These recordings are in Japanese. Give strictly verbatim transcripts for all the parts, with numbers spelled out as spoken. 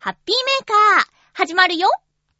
ハッピーメーカー始まるよ。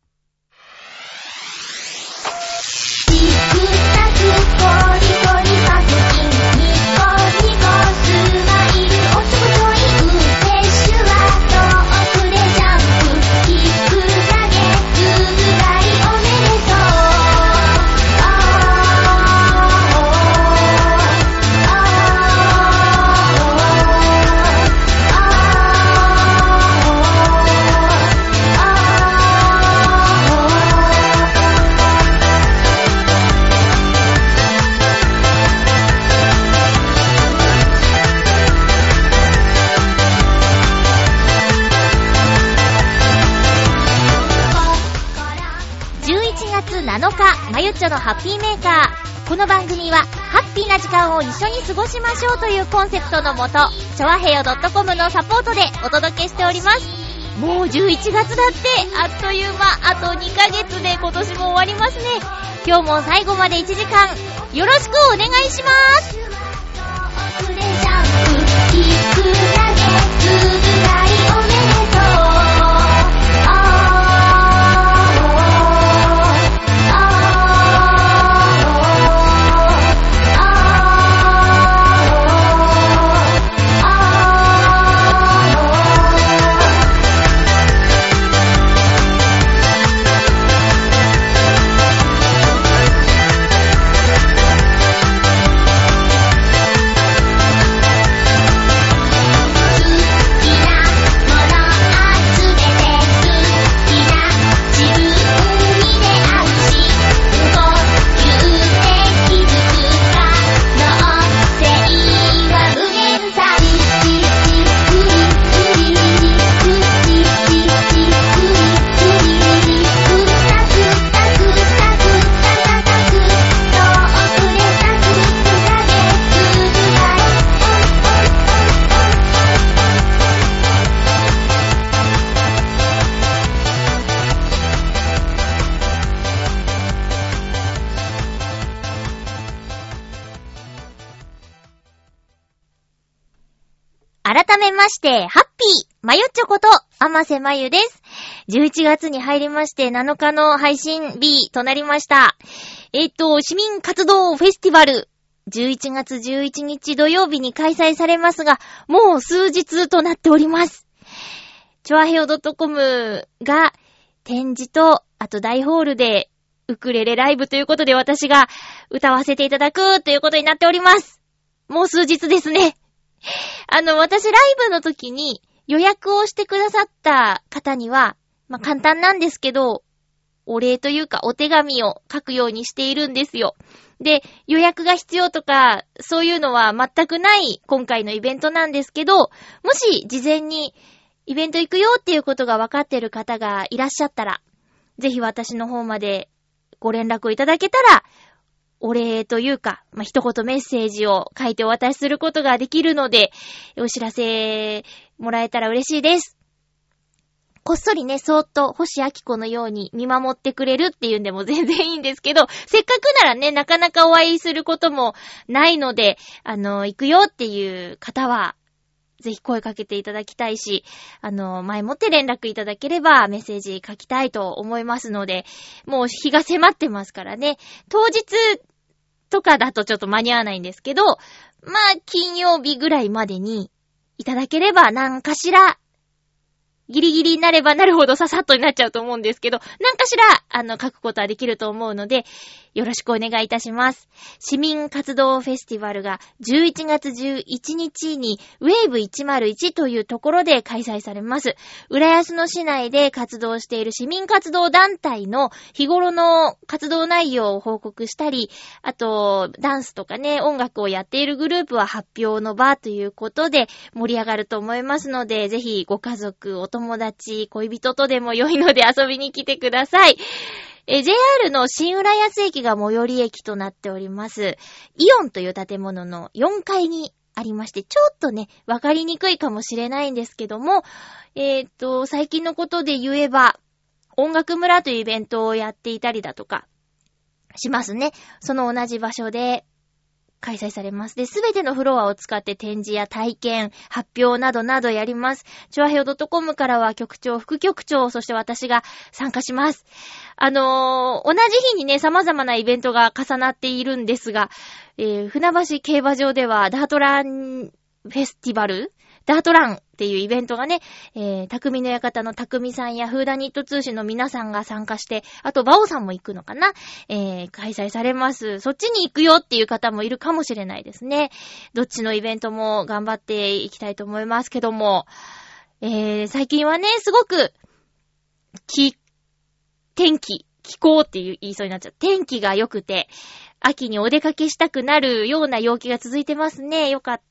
なのか、まゆっちょのハッピーメーカー。この番組はハッピーな時間を一緒に過ごしましょうというコンセプトのもと、チョアヘヨ .com のサポートでお届けしております。もうじゅういちがつだって、あっという間、あとにかげつで今年も終わりますね。今日も最後までいちじかんよろしくお願いします。改めまして、ハッピーまゆっちょこと甘瀬まゆです。じゅういちがつに入りましてなのかの配信日となりました。えっと、市民活動フェスティバル、じゅういちがつじゅういちにち土曜日に開催されますが、もう数日となっております。チョアヘヨ .com が展示と、あと大ホールでウクレレライブということで私が歌わせていただくということになっております。もう数日ですね。あの、私ライブの時に予約をしてくださった方には、まあ、簡単なんですけど、お礼というかお手紙を書くようにしているんですよ。で、予約が必要とか、そういうのは全くない今回のイベントなんですけど、もし事前にイベント行くよっていうことが分かっている方がいらっしゃったら、ぜひ私の方までご連絡をいただけたら、お礼というか、まあ、一言メッセージを書いてお渡しすることができるので、お知らせもらえたら嬉しいです。こっそりね、そーっと星明子のように見守ってくれるっていうんでも全然いいんですけど、せっかくならね、なかなかお会いすることもないので、あの、行くよっていう方は、ぜひ声かけていただきたいし、あの、前もって連絡いただければメッセージ書きたいと思いますので、もう日が迫ってますからね、当日とかだとちょっと間に合わないんですけど、まあ、金曜日ぐらいまでにいただければ何かしら、ギリギリになればなるほどささっとになっちゃうと思うんですけど、何かしら、あの、書くことはできると思うので、よろしくお願いいたします。市民活動フェスティバルがじゅういちがつじゅういちにちにウェーブいちまるいちというところで開催されます。浦安の市内で活動している市民活動団体の日頃の活動内容を報告したり、あとダンスとかね、音楽をやっているグループは発表の場ということで盛り上がると思いますので、ぜひご家族、お友達、恋人とでも良いので遊びに来てください。え、ジェイアール の新浦安駅が最寄り駅となっております。イオンという建物のよんかいにありまして、ちょっとね、わかりにくいかもしれないんですけども、えっと、最近のことで言えば、音楽村というイベントをやっていたりだとか、しますね。その同じ場所で、 開催されます。で、すべてのフロアを使って展示や体験、発表などなどやります。チョアヘオ .com からは局長、副局長、そして私が参加します。あのー、同じ日にね、様々なイベントが重なっているんですが、えー、船橋競馬場ではダートランフェスティバルダートランっていうイベントがね、えー、匠の館の匠さんやフーダニット通信の皆さんが参加して、あとバオさんも行くのかな、えー、開催されます。そっちに行くよっていう方もいるかもしれないですね。どっちのイベントも頑張っていきたいと思いますけども、えー、最近はね、すごく、気、天気、気候っていう言いそうになっちゃう。天気が良くて、秋にお出かけしたくなるような陽気が続いてますね。よかった。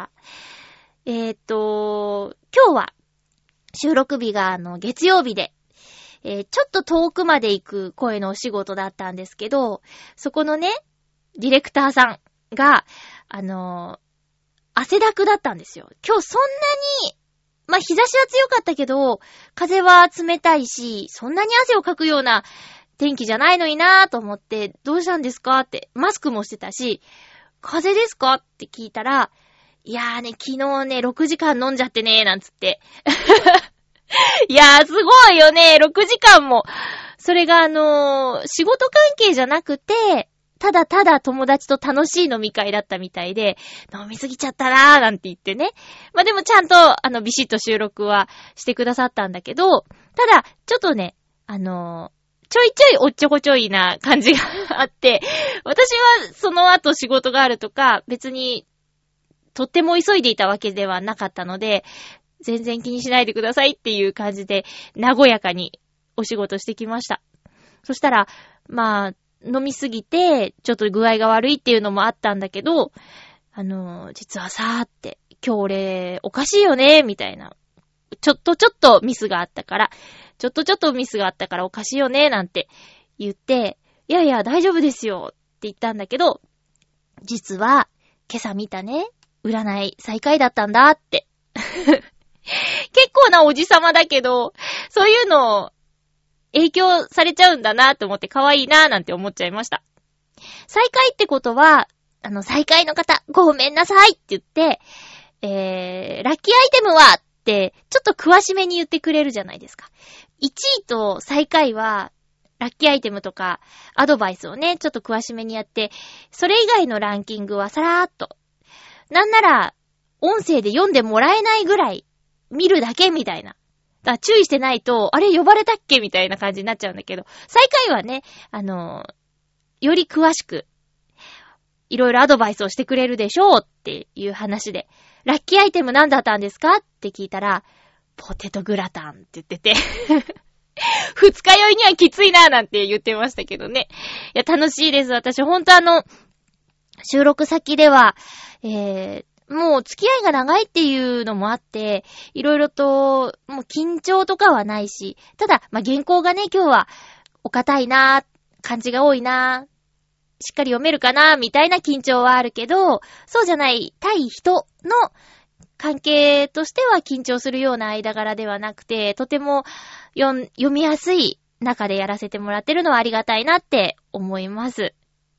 えーっと、今日は収録日があの月曜日で、えー、ちょっと遠くまで行く声のお仕事だったんですけど、そこのね、ディレクターさんが、あのー、汗だくだったんですよ。今日そんなに、まあ、日差しは強かったけど、風は冷たいし、そんなに汗をかくような天気じゃないのになぁと思って、どうしたんですかって、マスクもしてたし、風邪ですかって聞いたら、いやーね、昨日ね、ろくじかん飲んじゃってねー、なんつって。いやー、すごいよね、ろくじかんも。それがあのー、仕事関係じゃなくて、ただただ友達と楽しい飲み会だったみたいで、飲みすぎちゃったなー、なんて言ってね。まあ、でもちゃんと、あの、ビシッと収録はしてくださったんだけど、ただ、ちょっとね、あのー、ちょいちょいおっちょこちょいな感じがあって、私はその後仕事があるとか、別に、とっても急いでいたわけではなかったので、全然気にしないでくださいっていう感じで、和やかにお仕事してきました。そしたら、まあ、飲みすぎて、ちょっと具合が悪いっていうのもあったんだけど、あの、実はさーって、今日俺、おかしいよねみたいな。ちょっとちょっとミスがあったから、ちょっとちょっとミスがあったからおかしいよねなんて言って、いやいや大丈夫ですよって言ったんだけど、実は、今朝見たね、占い最下位だったんだって。結構なおじさまだけど、そういうの影響されちゃうんだなと思って可愛いななんて思っちゃいました。最下位ってことは、あの最下位の方ごめんなさいって言って、えー、ラッキーアイテムはってちょっと詳しめに言ってくれるじゃないですか。いちいと最下位はラッキーアイテムとかアドバイスをねちょっと詳しめにやって、それ以外のランキングはさらーっと、なんなら、音声で読んでもらえないぐらい、見るだけみたいな。だから注意してないと、あれ呼ばれたっけみたいな感じになっちゃうんだけど、最下位はね、あのー、より詳しく、いろいろアドバイスをしてくれるでしょうっていう話で、ラッキーアイテム何だったんですかって聞いたら、ポテトグラタンって言ってて、二日酔いにはきついなーなんて言ってましたけどね。いや、楽しいです。私、ほんとあの、収録先では、えー、もう付き合いが長いっていうのもあって、いろいろと、もう緊張とかはないし、ただ、まあ、原稿がね、今日は、お堅いな、漢字が多いな、しっかり読めるかな、みたいな緊張はあるけど、そうじゃない、対人の関係としては緊張するような間柄ではなくて、とても読、読みやすい中でやらせてもらってるのはありがたいなって思います。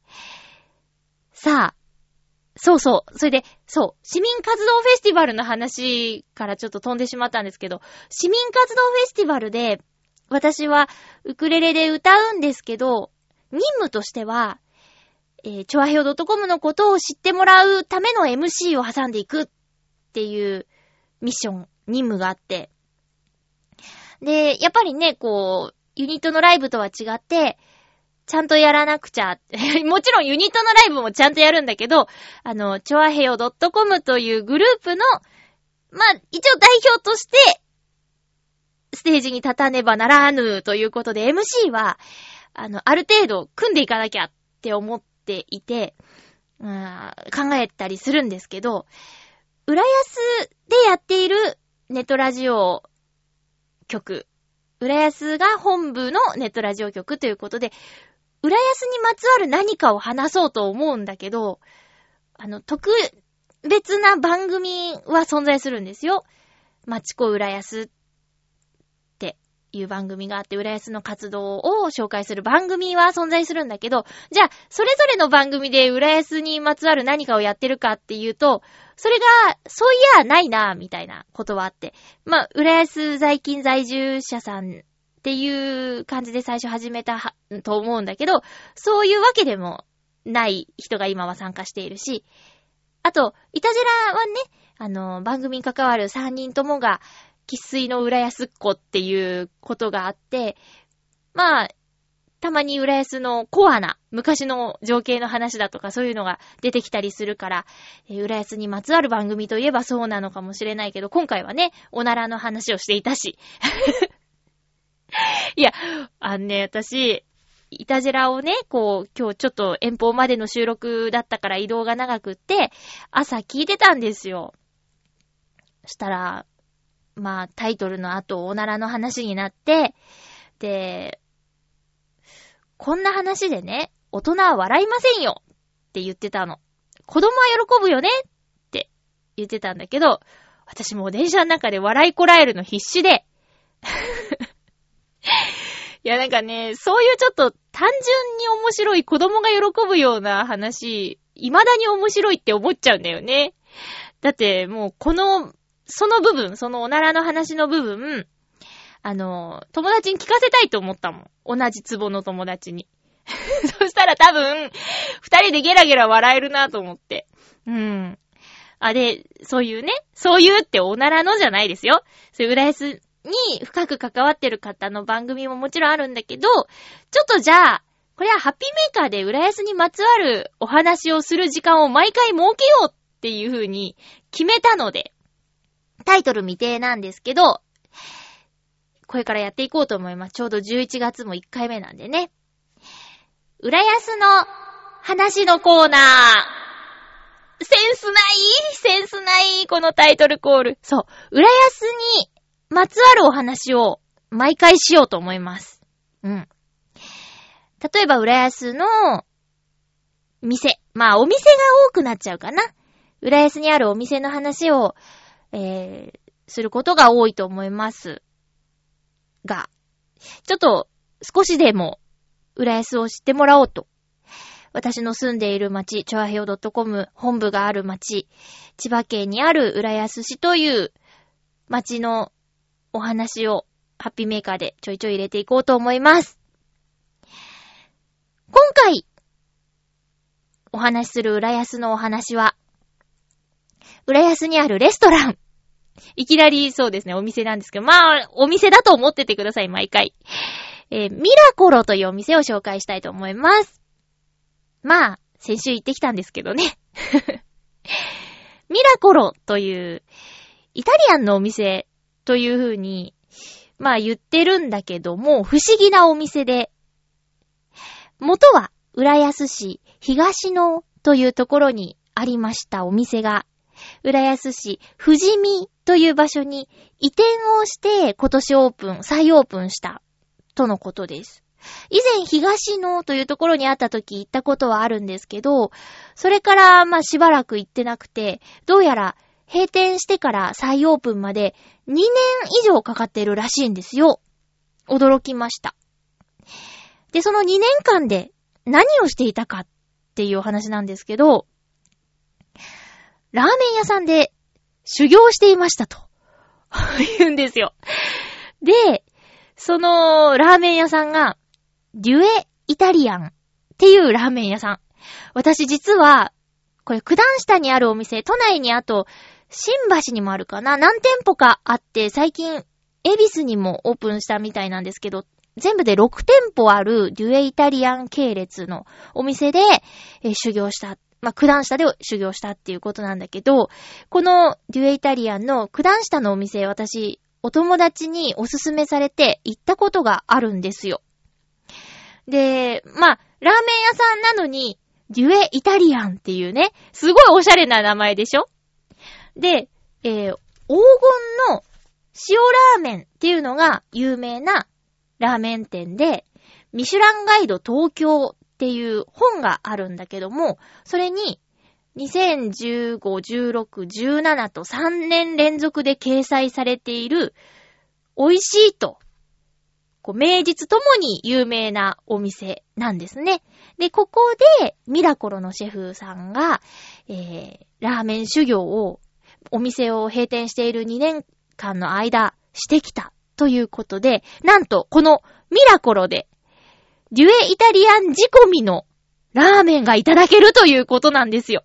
さあ、そうそう。それで、そう。市民活動フェスティバルの話からちょっと飛んでしまったんですけど、市民活動フェスティバルで、私はウクレレで歌うんですけど、任務としては、えー、チョアヘオ .com のことを知ってもらうための エムシー を挟んでいくっていうミッション、任務があって。で、やっぱりね、こう、ユニットのライブとは違って、ちゃんとやらなくちゃ。もちろんユニットのライブもちゃんとやるんだけど、あの、チョアヘオ .com というグループの、まあ、一応代表として、ステージに立たねばならぬということで、エムシー は、あの、ある程度組んでいかなきゃって思っていて、うん、考えたりするんですけど、浦安でやっているネットラジオ局、浦安が本部のネットラジオ局ということで、浦安にまつわる何かを話そうと思うんだけど、あの、特別な番組は存在するんですよ。マチコ浦安っていう番組があって、浦安の活動を紹介する番組は存在するんだけど、じゃあ、それぞれの番組で浦安にまつわる何かをやってるかっていうと、それが、そういや、ないな、みたいなことはあって。まあ、浦安在勤在住者さんっていう感じで最初始めたと思うんだけど、そういうわけでもない人が今は参加しているし、あと、いたじらはね、あの、番組に関わるさんにんともが、生粋の浦安っ子っていうことがあって、まあ、たまに浦安のコアな昔の情景の話だとかそういうのが出てきたりするから、えー、浦安にまつわる番組といえばそうなのかもしれないけど、今回はね、おならの話をしていたし。いや、あのね、私、いたじらをね、こう、今日ちょっと遠方までの収録だったから移動が長くって、朝聞いてたんですよ。そしたら、まあ、タイトルの後、おならの話になって、で、こんな話でね、大人は笑いませんよって言ってたの。子供は喜ぶよねって言ってたんだけど、私もう電車の中で笑いこらえるの必死で。いやなんかね、そういうちょっと単純に面白い子供が喜ぶような話、未だに面白いって思っちゃうんだよね。だってもうこの、その部分、そのおならの話の部分、あの、友達に聞かせたいと思ったもん。同じツボの友達に。そしたら多分、二人でゲラゲラ笑えるなと思って。うん。あ、で、そういうね、そういうっておならのじゃないですよ。そういう浦安に深く関わってる方の番組ももちろんあるんだけど、ちょっとじゃあ、これはハッピーメーカーで浦安にまつわるお話をする時間を毎回設けようっていう風に決めたので、タイトル未定なんですけど、これからやっていこうと思います。ちょうどじゅういちがつもいっかいめなんでね。浦安の話のコーナー。センスないセンスないこのタイトルコール。そう。浦安にまつわるお話を毎回しようと思います。うん。例えば浦安の店。まあお店が多くなっちゃうかな。浦安にあるお店の話を、えー、することが多いと思います。が、ちょっと少しでも浦安を知ってもらおうと、私の住んでいる町、チョアヘオ .com 本部がある町、千葉県にある浦安市という町のお話をハッピーメーカーでちょいちょい入れていこうと思います。今回お話しする浦安のお話は、浦安にあるレストラン。いきなりそうですね、お店なんですけど、まあ、お店だと思っててください、毎回。えー、ミラコロというお店を紹介したいと思います。まあ、先週行ってきたんですけどね。ミラコロという、イタリアンのお店という風に、まあ言ってるんだけども、不思議なお店で、元は浦安市東野というところにありましたお店が、浦安市富士見という場所に移転をして今年オープン、再オープンしたとのことです。以前東野というところにあった時行ったことはあるんですけど、それからまあしばらく行ってなくて、どうやら閉店してから再オープンまでにねん以上かかってるらしいんですよ。驚きました。で、そのにねんかんで何をしていたかっていうお話なんですけど、ラーメン屋さんで修行していましたと言うんですよ。で、そのラーメン屋さんがデュエイタリアンっていうラーメン屋さん。私実はこれ九段下にあるお店、都内にあと新橋にもあるかな、何店舗かあって最近恵比寿にもオープンしたみたいなんですけど、全部でろく店舗あるデュエイタリアン系列のお店で、えー、修行した。まあ、九段下で修行したっていうことなんだけど、このデュエイタリアンの九段下のお店、私、お友達におすすめされて行ったことがあるんですよ。で、まあ、ラーメン屋さんなのに、デュエイタリアンっていうね、すごいおしゃれな名前でしょ？で、えー、黄金の塩ラーメンっていうのが有名なラーメン店で、ミシュランガイド東京っていう本があるんだけども、それににせんじゅうご、じゅうろく、じゅうななとさんねん連続で掲載されている美味しいとこう名実ともに有名なお店なんですね。で、ここでミラコロのシェフさんが、えー、ラーメン修行を、お店を閉店しているにねんかんの間してきたということで、なんとこのミラコロでデュエイタリアン仕込みのラーメンがいただけるということなんですよ。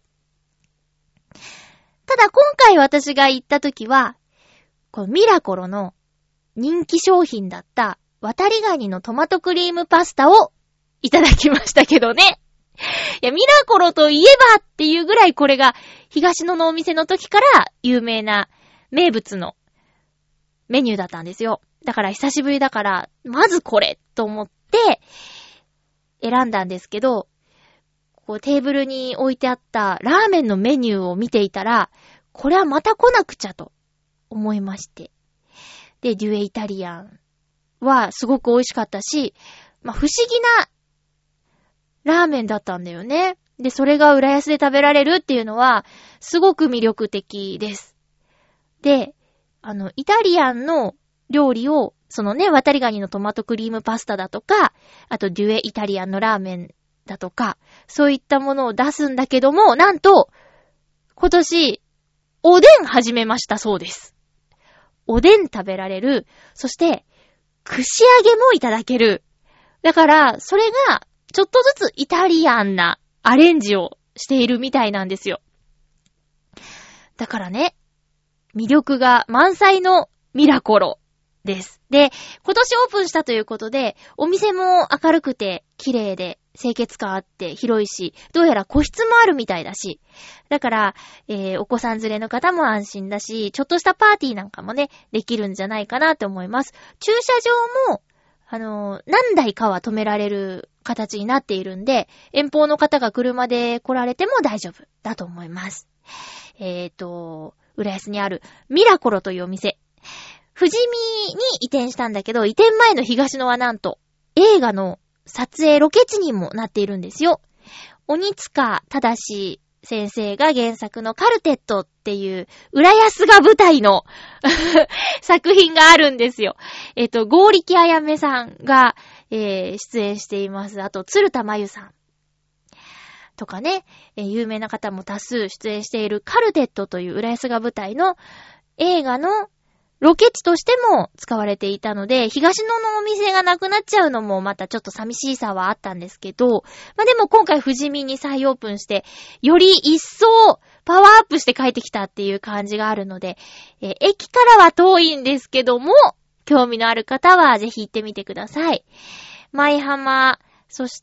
ただ今回私が行った時は、このミラコロの人気商品だった渡りガニのトマトクリームパスタをいただきましたけどね。いや、ミラコロといえばっていうぐらいこれが東野のお店の時から有名な名物のメニューだったんですよ。だから久しぶりだから、まずこれと思って選んだんですけど、こうテーブルに置いてあったラーメンのメニューを見ていたら、これはまた来なくちゃと思いまして。で、デュエイタリアンはすごく美味しかったし、まあ、不思議なラーメンだったんだよね。で、それが浦安で食べられるっていうのは、すごく魅力的です。で、あの、イタリアンの料理を、そのね、渡りガニのトマトクリームパスタだとか、あとデュエイタリアンのラーメンだとか、そういったものを出すんだけども、なんと、今年、おでん始めましたそうです。おでん食べられる、そして、串揚げもいただける。だから、それが、ちょっとずつイタリアンなアレンジをしているみたいなんですよ。だからね、魅力が満載のミラコロです。で、今年オープンしたということで、お店も明るくて綺麗で清潔感あって広いし、どうやら個室もあるみたいだし、だから、えー、お子さん連れの方も安心だし、ちょっとしたパーティーなんかもね、できるんじゃないかなと思います。駐車場も、あのー、何台かは止められる形になっているんで、遠方の方が車で来られても大丈夫だと思います。えーと、浦安にあるミラコロというお店。富士見に移転したんだけど、移転前の東野はなんと映画の撮影ロケ地にもなっているんですよ。鬼塚正先生が原作のカルテットっていう浦安が舞台の作品があるんですよ。えっと、剛力あやめさんが、えー、出演しています。あと、鶴田真由さんとかね、えー、有名な方も多数出演しているカルテットという浦安が舞台の映画のロケ地としても使われていたので、東野のお店がなくなっちゃうのもまたちょっと寂しさはあったんですけど、まあ、でも今回富士見に再オープンして、より一層パワーアップして帰ってきたっていう感じがあるので、えー、駅からは遠いんですけども、興味のある方はぜひ行ってみてください。舞浜、そして、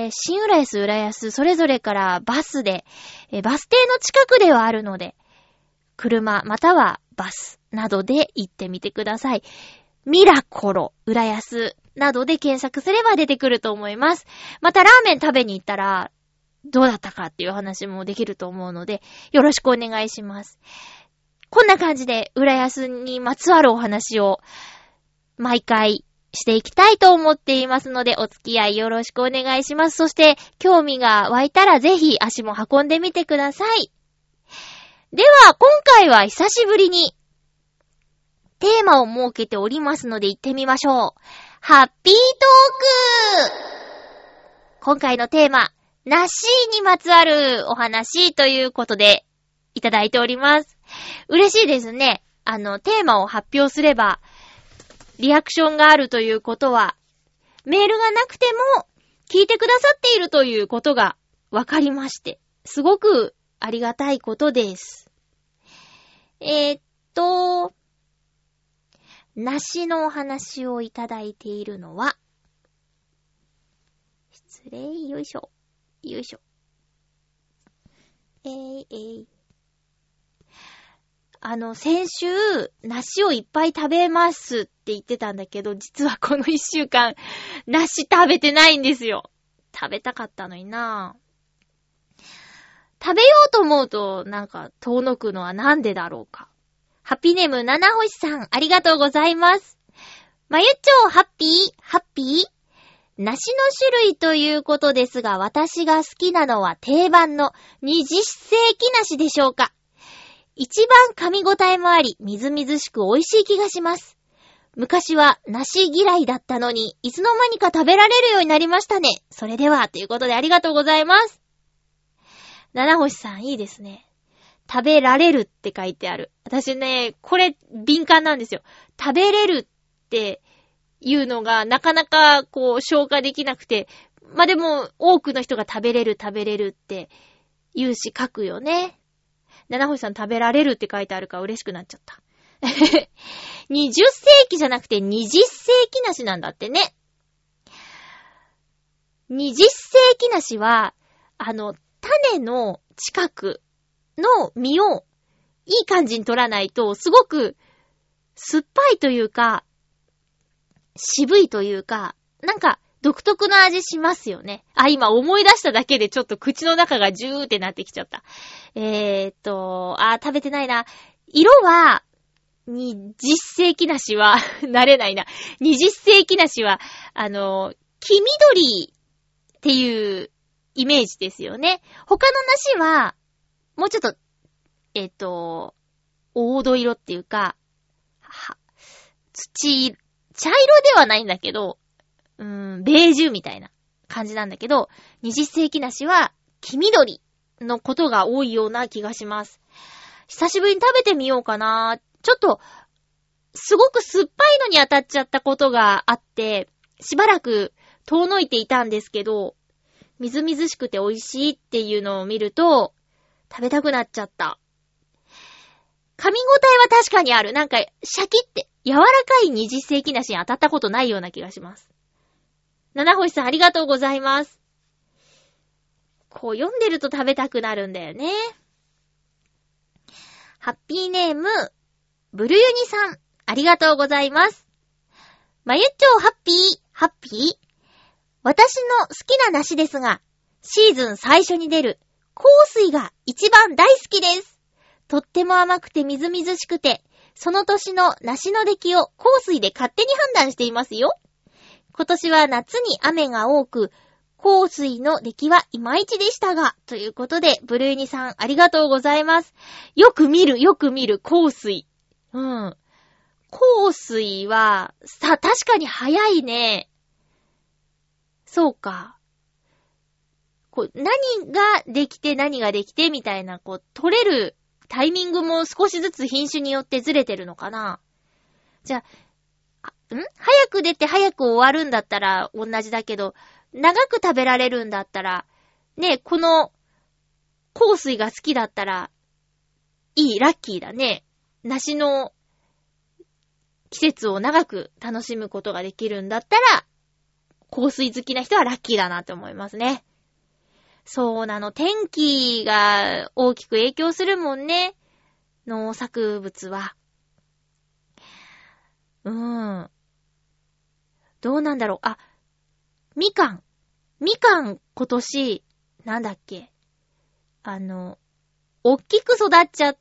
新浦安、浦安、それぞれからバスで、えー、バス停の近くではあるので、車またはバスなどで行ってみてください。ミラコロ、浦安などで検索すれば出てくると思います。またラーメン食べに行ったらどうだったかっていう話もできると思うので、よろしくお願いします。こんな感じで浦安にまつわるお話を毎回していきたいと思っていますので、お付き合いよろしくお願いします。そして興味が湧いたらぜひ足も運んでみてください。では、今回は久しぶりにテーマを設けておりますので行ってみましょう。ハッピートーク！今回のテーマ、梨にまつわるお話ということでいただいております。嬉しいですね。あの、テーマを発表すればリアクションがあるということは、メールがなくても聞いてくださっているということがわかりまして、すごくありがたいことです。えー、っと、梨のお話をいただいているのは、失礼、よいしょ、よいしょ。えー、えー。あの、先週、梨をいっぱい食べますって言ってたんだけど、実はこの一週間、梨食べてないんですよ。食べたかったのになぁ。食べようと思うと、なんか、遠のくのはなんでだろうか。ハッピーネーム七星さん、ありがとうございます。まゆちょう、ハッピー、ハッピー。梨の種類ということですが、私が好きなのは定番の二十世紀梨でしょうか。一番噛み応えもあり、みずみずしく美味しい気がします。 昔は梨嫌いだったのに、いつの間にか食べられるようになりましたね。それでは、ということでありがとうございます。七星さん、いいですね。食べられるって書いてある。私ね、これ敏感なんですよ。食べれるっていうのがなかなかこう消化できなくて、まあ、でも多くの人が食べれる食べれるって言うし書くよね。七星さん食べられるって書いてあるから嬉しくなっちゃった。にじゅっせいきじゃなくてにじゅっせいき梨なんだってね。にじゅっせいき梨は、あの、種の近くの実をいい感じに取らないと、すごく酸っぱいというか、渋いというか、なんか独特な味しますよね。あ、今思い出しただけでちょっと口の中がジューってなってきちゃった。えーっと、あ、食べてないな。色は、にじゅっせいき梨は、慣れないな。にじゅっせいき梨は、あの、黄緑っていうイメージですよね。他の梨は、もうちょっと、えっと、黄土色っていうか、は、土、茶色ではないんだけど、うーん、ベージュみたいな感じなんだけど、にじゅっせいき梨は黄緑のことが多いような気がします。久しぶりに食べてみようかな。ちょっと、すごく酸っぱいのに当たっちゃったことがあって、しばらく遠のいていたんですけど、みずみずしくて美味しいっていうのを見ると、食べたくなっちゃった。噛み応えは確かにある。なんか、シャキって、柔らかいにじゅっせいき梨に当たったことないような気がします。七星さんありがとうございます。こう読んでると食べたくなるんだよね。ハッピーネーム、ブルユニさん、ありがとうございます。まゆっちょハッピー、ハッピー。私の好きな梨ですが、シーズン最初に出る香水が一番大好きです。とっても甘くてみずみずしくて、その年の梨の出来を香水で勝手に判断していますよ。今年は夏に雨が多く、香水の出来はいまいちでしたが、ということで、ブルーニさんありがとうございます。よく見る、よく見る香水。うん。香水は、さ、確かに早いね。そうか。こう、何ができて何ができてみたいな、こう、取れるタイミングも少しずつ品種によってずれてるのかな。じゃあ、あ、ん？早く出て早く終わるんだったら同じだけど、長く食べられるんだったら、ね、この香水が好きだったら、いい、ラッキーだね。梨の季節を長く楽しむことができるんだったら、香水好きな人はラッキーだなって思いますね。そうなの、天気が大きく影響するもんね。農作物は。うーん。どうなんだろう。あ、みかん。みかん今年、なんだっけ。あの、おっきく育っちゃって、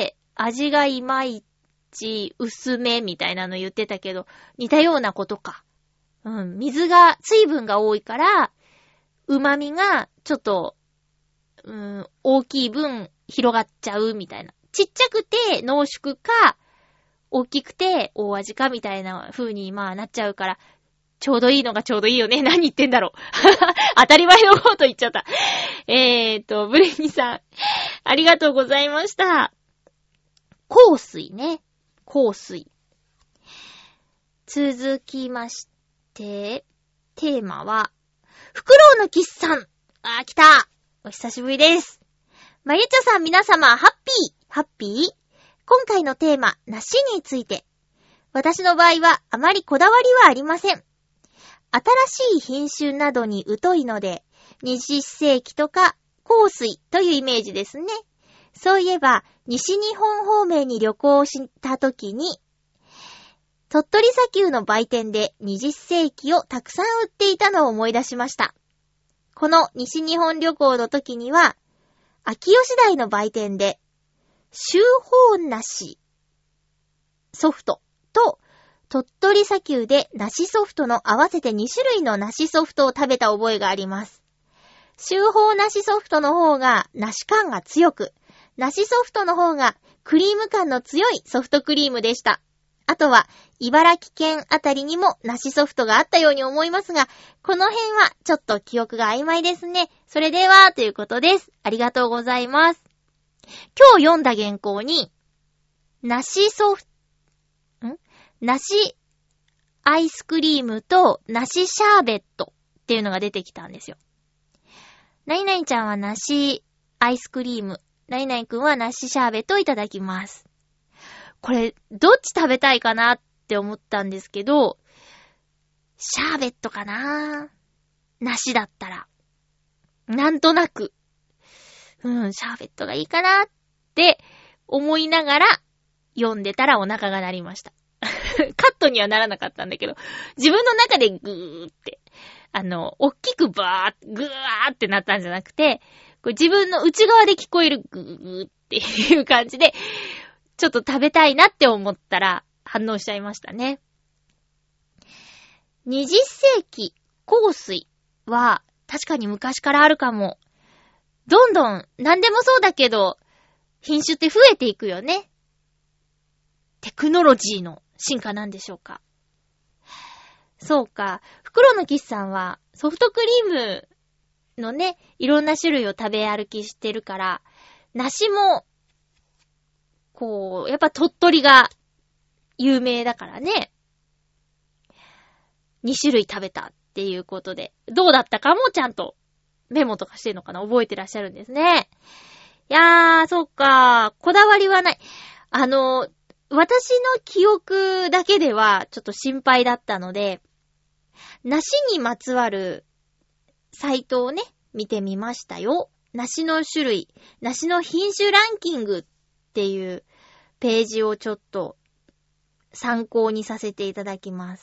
味がいまいち薄めみたいなの言ってたけど、似たようなことか。うん、水が、水分が多いから、旨味がちょっと、うん、大きい分広がっちゃうみたいな。ちっちゃくて濃縮か、大きくて大味かみたいな風にまあなっちゃうから、ちょうどいいのがちょうどいいよね。何言ってんだろう。当たり前のこと言っちゃった。えーと、ブレニさん、ありがとうございました。香水ね。香水。続きまして、テーマは、フクロウのキスさん。あー、来た。お久しぶりです。まゆちょさん皆様、ハッピー、ハッピー。今回のテーマ、梨について。私の場合はあまりこだわりはありません。新しい品種などに疎いので、にじゅっせいきとか香水というイメージですね。そういえば、西日本方面に旅行した時に、鳥取砂丘の売店でにじゅっせいきをたくさん売っていたのを思い出しました。この西日本旅行の時には、秋吉台の売店で、秋宝梨ソフトと、鳥取砂丘で梨ソフトの合わせてにしゅるいの梨ソフトを食べた覚えがあります。秋宝梨ソフトの方が梨感が強く、梨ソフトの方がクリーム感の強いソフトクリームでした。 あとは、茨城県あたりにも梨ソフトがあったように思いますが、この辺はちょっと記憶が曖昧ですね。それでは、ということです。ありがとうございます。今日読んだ原稿に、梨ソフト、ん梨アイスクリームと梨シャーベットっていうのが出てきたんですよ。なになにちゃんは梨アイスクリーム、なになにくんは梨シャーベットをいただきます。これ、どっち食べたいかなって思ったんですけど、シャーベットかな？梨だったら。なんとなく。うん、シャーベットがいいかなって思いながら読んでたらお腹が鳴りました。カットにはならなかったんだけど、自分の中でグーって、あの、大きくバーッ、グーってなったんじゃなくて、これ自分の内側で聞こえるグーっていう感じで、ちょっと食べたいなって思ったら反応しちゃいましたね。にじゅっせいき香水は確かに昔からあるかも。どんどん何でもそうだけど品種って増えていくよね。テクノロジーの進化なんでしょうか。そうか。袋のキスさんはソフトクリームのね、いろんな種類を食べ歩きしてるから、梨もこう、やっぱ鳥取が有名だからね。にしゅるい食べたっていうことで、どうだったかもちゃんとメモとかしてるのかな、覚えてらっしゃるんですね。いやー、そっか。こだわりはない。あの、私の記憶だけではちょっと心配だったので、梨にまつわるサイトをね、見てみましたよ。梨の種類、梨の品種ランキングっていうページをちょっと参考にさせていただきます。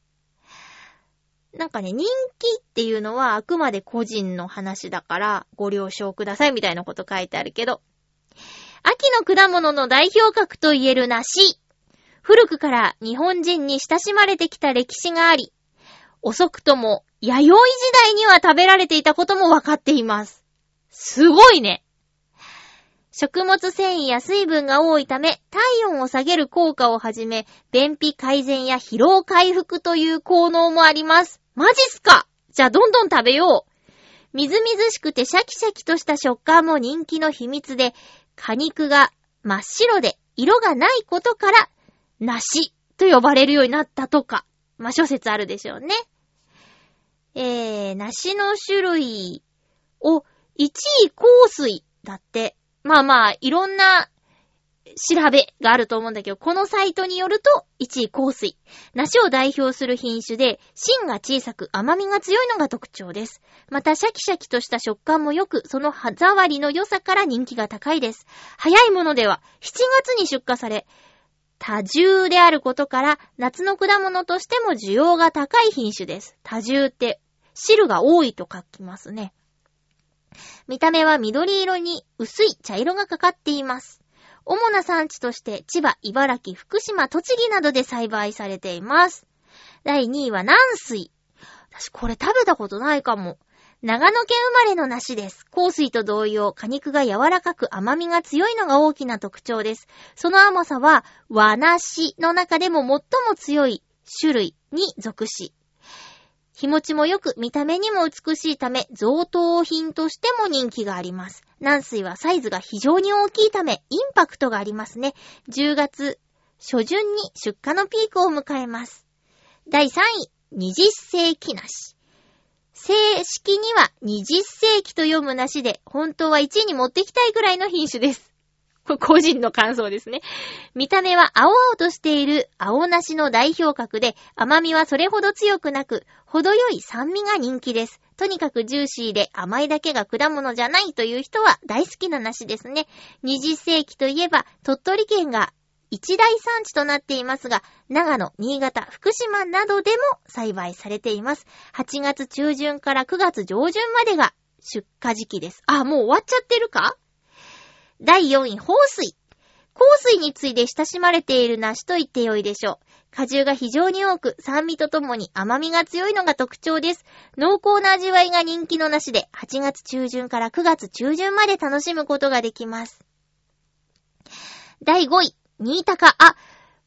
なんかね、人気っていうのはあくまで個人の話だからご了承くださいみたいなこと書いてあるけど、秋の果物の代表格と言える梨。古くから日本人に親しまれてきた歴史があり、遅くとも弥生時代には食べられていたこともわかっています。すごいね。食物繊維や水分が多いため、体温を下げる効果をはじめ、便秘改善や疲労回復という効能もあります。マジっすか？じゃあどんどん食べよう。みずみずしくてシャキシャキとした食感も人気の秘密で、果肉が真っ白で色がないことから、梨と呼ばれるようになったとか。まあ、諸説あるでしょうね。えー、梨の種類をいちい香水だって。まあまあ、いろんな調べがあると思うんだけど、このサイトによるといちい香水。梨を代表する品種で、芯が小さく甘みが強いのが特徴です。また、シャキシャキとした食感も良く、その歯触りの良さから人気が高いです。早いものではしちがつに出荷され、多重であることから、夏の果物としても需要が高い品種です。多重って、汁が多いと書きますね。見た目は緑色に薄い茶色がかかっています。主な産地として千葉、茨城、福島、栃木などで栽培されています。だいにいは南水。私これ食べたことないかも。長野県生まれの梨です。香水と同様、果肉が柔らかく甘みが強いのが大きな特徴です。その甘さは和梨の中でも最も強い種類に属し、日持ちも良く見た目にも美しいため贈答品としても人気があります。南水はサイズが非常に大きいためインパクトがありますね。じゅうがつ初旬に出荷のピークを迎えます。だいさんい、二十世紀梨。正式には二十世紀と読む梨で、本当はいちいに持ってきたいくらいの品種です。これ個人の感想ですね。見た目は青々としている青梨の代表格で、甘みはそれほど強くなく、程よい酸味が人気です。とにかくジューシーで甘いだけが果物じゃないという人は大好きな梨ですね。二十世紀といえば、鳥取県が一大産地となっていますが、長野、新潟、福島などでも栽培されています。はちがつ中旬からくがつ上旬までが出荷時期です。あ、もう終わっちゃってるか？だいよんい、豊水。香水に次いで親しまれている梨と言ってよいでしょう。果汁が非常に多く、酸味とともに甘みが強いのが特徴です。濃厚な味わいが人気の梨で、はちがつ中旬からくがつ中旬まで楽しむことができます。だいごい、新高。あ、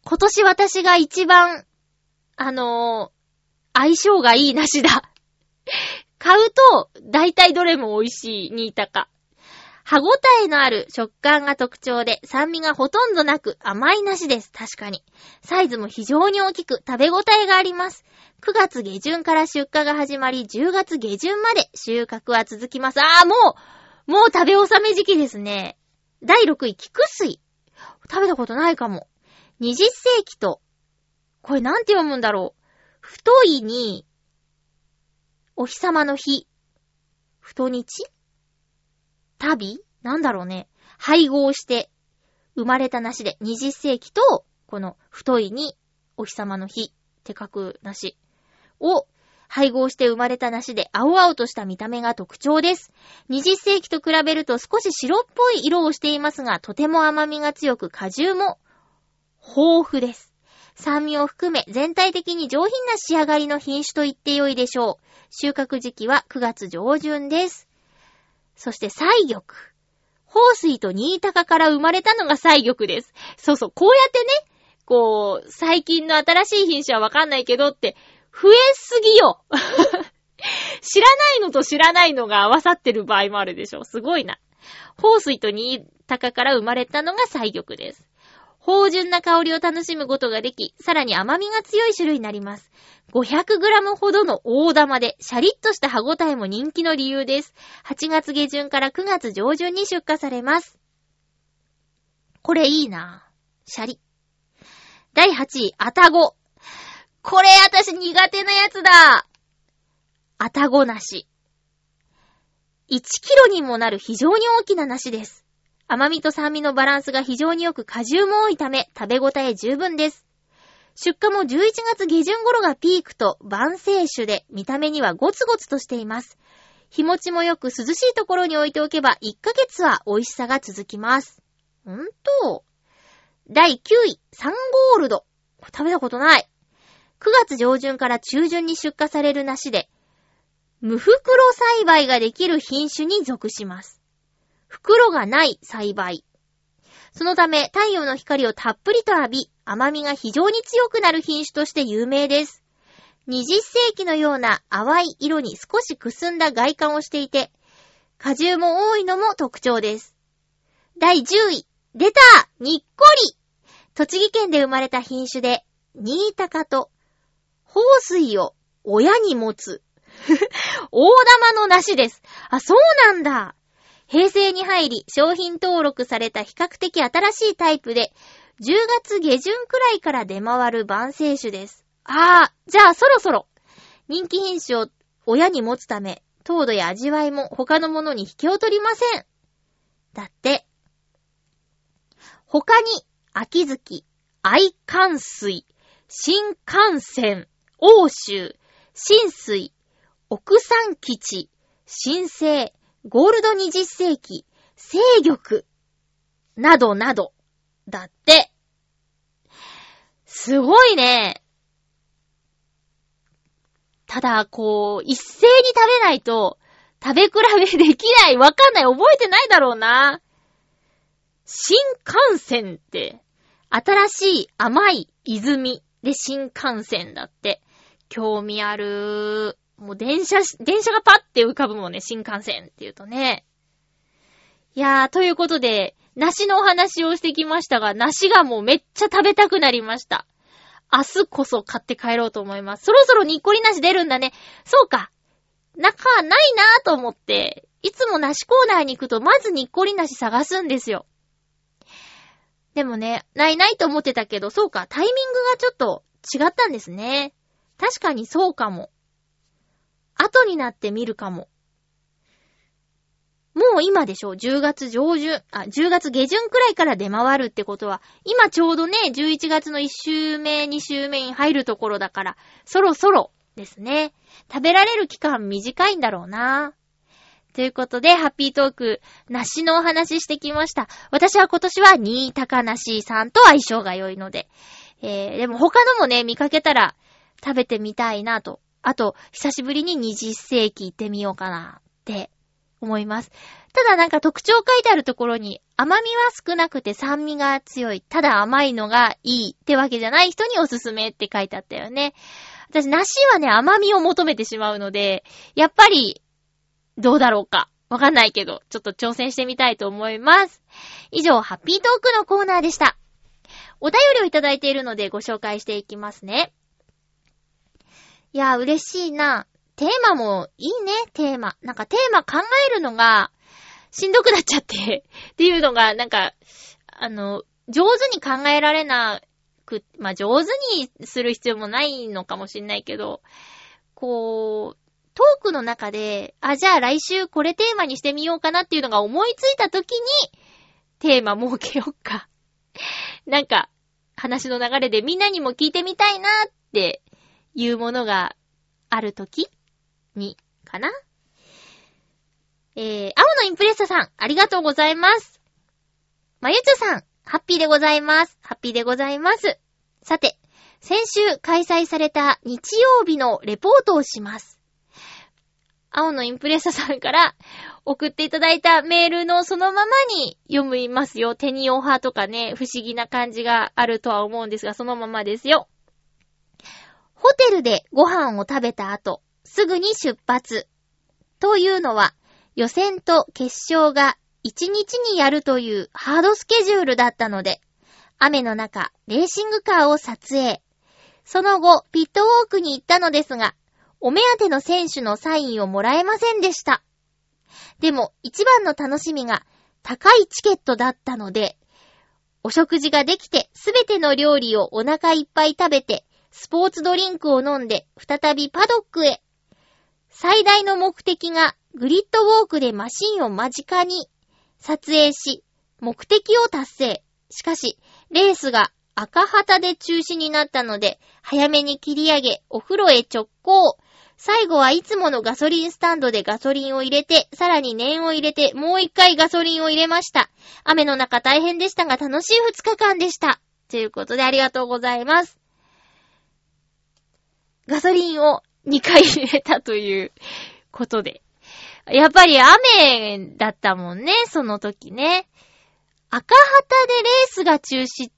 今年私が一番、あのー、相性がいい梨だ。買うと、だいたいどれも美味しい、新高。歯ごたえのある食感が特徴で、酸味がほとんどなく甘い梨です。確かに。サイズも非常に大きく、食べ応えがあります。くがつ下旬から出荷が始まり、じゅうがつ下旬まで収穫は続きます。あー、もう、もう食べ納め時期ですね。だいろくい、菊水。食べたことないかも。二十世紀と、これなんて読むんだろう。太いに、お日様の日。太日旅なんだろうね。配合して生まれた梨で、二十世紀と、この太いにお日様の日って書く梨を配合して生まれた梨で、青々とした見た目が特徴です。二十世紀と比べると少し白っぽい色をしていますが、とても甘みが強く、果汁も豊富です。酸味を含め全体的に上品な仕上がりの品種と言ってよいでしょう。収穫時期はくがつ上旬です。そして西玉。豊水と新高から生まれたのが西玉です。そうそう、こうやってね、こう、最近の新しい品種はわかんないけどって、増えすぎよ。知らないのと知らないのが合わさってる場合もあるでしょ。すごいな。豊水と新高から生まれたのが西玉です。芳醇な香りを楽しむことができ、さらに甘みが強い種類になります。ごひゃくグラム ほどの大玉で、シャリッとした歯ごたえも人気の理由です。はちがつ下旬からくがつ上旬に出荷されます。これいいな。シャリ。だいはちい、あたご。これ私苦手なやつだ。あたご梨。いちキロにもなる非常に大きな梨です。甘みと酸味のバランスが非常に良く、果汁も多いため食べ応え十分です。出荷もじゅういちがつ下旬頃がピークと晩成種で、見た目にはゴツゴツとしています。日持ちもよく、涼しいところに置いておけばいっかげつは美味しさが続きます。ほんと。だいきゅうい、サンゴールド。食べたことない。くがつ上旬から中旬に出荷される梨で、無袋栽培ができる品種に属します。袋がない栽培。そのため太陽の光をたっぷりと浴び、甘みが非常に強くなる品種として有名です。二十世紀のような淡い色に少しくすんだ外観をしていて、果汁も多いのも特徴です。だいじゅうい、出たにっこり。栃木県で生まれた品種で、新高と豊水を親に持つ大玉の梨です。あ、そうなんだ。平成に入り商品登録された比較的新しいタイプで、じゅうがつ下旬くらいから出回る晩成種です。あー、じゃあそろそろ人気品種を親に持つため、糖度や味わいも他のものに引けを取りません。だって。他に秋月、愛寒水、新甘泉、欧州、新水、奥山吉、新生、ゴールド二十世紀、清玉、などなど、だって。すごいね。ただ、こう、一斉に食べないと、食べ比べできない、わかんない、覚えてないだろうな。新甘泉って、新しい甘い泉で新甘泉だって。興味ある。もう電車、電車がパッて浮かぶもんね、新幹線って言うとね。いやー、ということで、梨のお話をしてきましたが、梨がもうめっちゃ食べたくなりました。明日こそ買って帰ろうと思います。そろそろにっこり梨出るんだね。そうか。中ないなーと思って、いつも梨コーナーに行くと、まずにっこり梨探すんですよ。でもね、ないないと思ってたけど、そうか、タイミングがちょっと違ったんですね。確かにそうかも。後になってみるかも。もう今でしょ、じゅうがつ上旬、あ、じゅうがつ下旬くらいから出回るってことは、今ちょうどね、じゅういちがつのいっ週目、に週目に入るところだから、そろそろですね。食べられる期間短いんだろうな。ということで、ハッピートーク、梨のお話してきました。私は今年は新高梨さんと相性が良いので、えー、でも他のもね、見かけたら食べてみたいなと。あと、久しぶりに二十世紀行ってみようかなって思います。ただなんか特徴書いてあるところに甘みは少なくて酸味が強い。ただ甘いのがいいってわけじゃない人におすすめって書いてあったよね。私、梨はね、甘みを求めてしまうので、やっぱり、どうだろうか。わかんないけど、ちょっと挑戦してみたいと思います。以上、ハッピートークのコーナーでした。お便りをいただいているのでご紹介していきますね。いや、嬉しいな。テーマもいいね、テーマ。なんかテーマ考えるのがしんどくなっちゃって、っていうのが、なんか、あの、上手に考えられなく、まあ、上手にする必要もないのかもしれないけど、こう、トークの中で、あ、じゃあ来週これテーマにしてみようかなっていうのが思いついた時に、テーマ設けよっか。なんか、話の流れでみんなにも聞いてみたいなっていうものがある時に、かな。えー、青のインプレッサさん、ありがとうございます。まゆちょさん、ハッピーでございます。ハッピーでございます。さて、先週開催された日曜日のレポートをします。青のインプレッサさんから送っていただいたメールのそのままに読みますよ。手にオハとかね、不思議な感じがあるとは思うんですが、そのままですよ。ホテルでご飯を食べた後、すぐに出発。というのは、予選と決勝がいちにちにやるというハードスケジュールだったので、雨の中、レーシングカーを撮影。その後、ピットウォークに行ったのですが、お目当ての選手のサインをもらえませんでした。でも、一番の楽しみが高いチケットだったので、お食事ができてすべての料理をお腹いっぱい食べて、スポーツドリンクを飲んで、再びパドックへ。最大の目的がグリッドウォークでマシンを間近に撮影し、目的を達成。しかし、レースが赤旗で中止になったので、早めに切り上げ、お風呂へ直行。最後はいつものガソリンスタンドでガソリンを入れて、さらに燃を入れて、もう一回ガソリンを入れました。雨の中大変でしたが楽しいふつかかんでした。ということでありがとうございます。ガソリンをにかい入れたということで。やっぱり雨だったもんね、その時ね。赤旗でレースが中止って、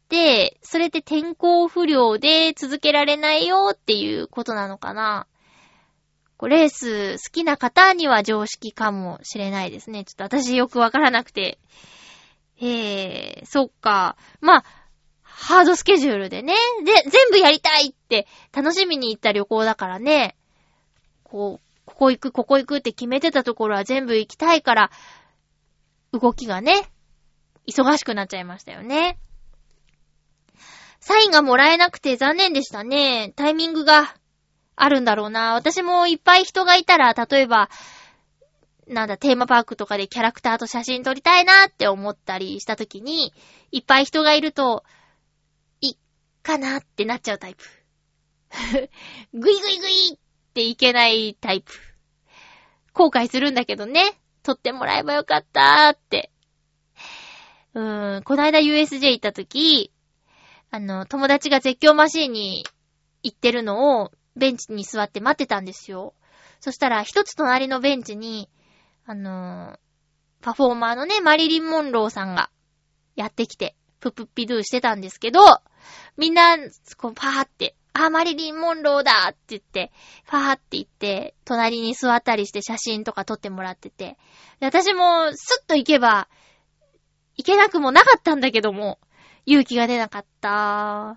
それって天候不良で続けられないよっていうことなのかな。レース好きな方には常識かもしれないですね。ちょっと私よくわからなくて。へー、そっか。まあ、ハードスケジュールでね。で、全部やりたいって楽しみに行った旅行だからね。こう、ここ行く、ここ行くって決めてたところは全部行きたいから、動きがね、忙しくなっちゃいましたよね。サインがもらえなくて残念でしたね。タイミングがあるんだろうな。私もいっぱい人がいたら、例えば、なんだ、テーマパークとかでキャラクターと写真撮りたいなって思ったりしたときに、いっぱい人がいると、いっかなってなっちゃうタイプ。ぐいぐいぐいっていけないタイプ。後悔するんだけどね。撮ってもらえばよかったーって。うーん、この間 ユーエスジェー 行ったとき、あの、友達が絶叫マシーンに行ってるのを、ベンチに座って待ってたんですよ。そしたら一つ隣のベンチに、あのー、パフォーマーのね、マリリン・モンローさんがやってきて、プップッピドゥしてたんですけど、みんな、こう、パーって、あ、マリリン・モンローだって言って、パーって言って、隣に座ったりして写真とか撮ってもらってて、で私もスッと行けば、行けなくもなかったんだけども、勇気が出なかった。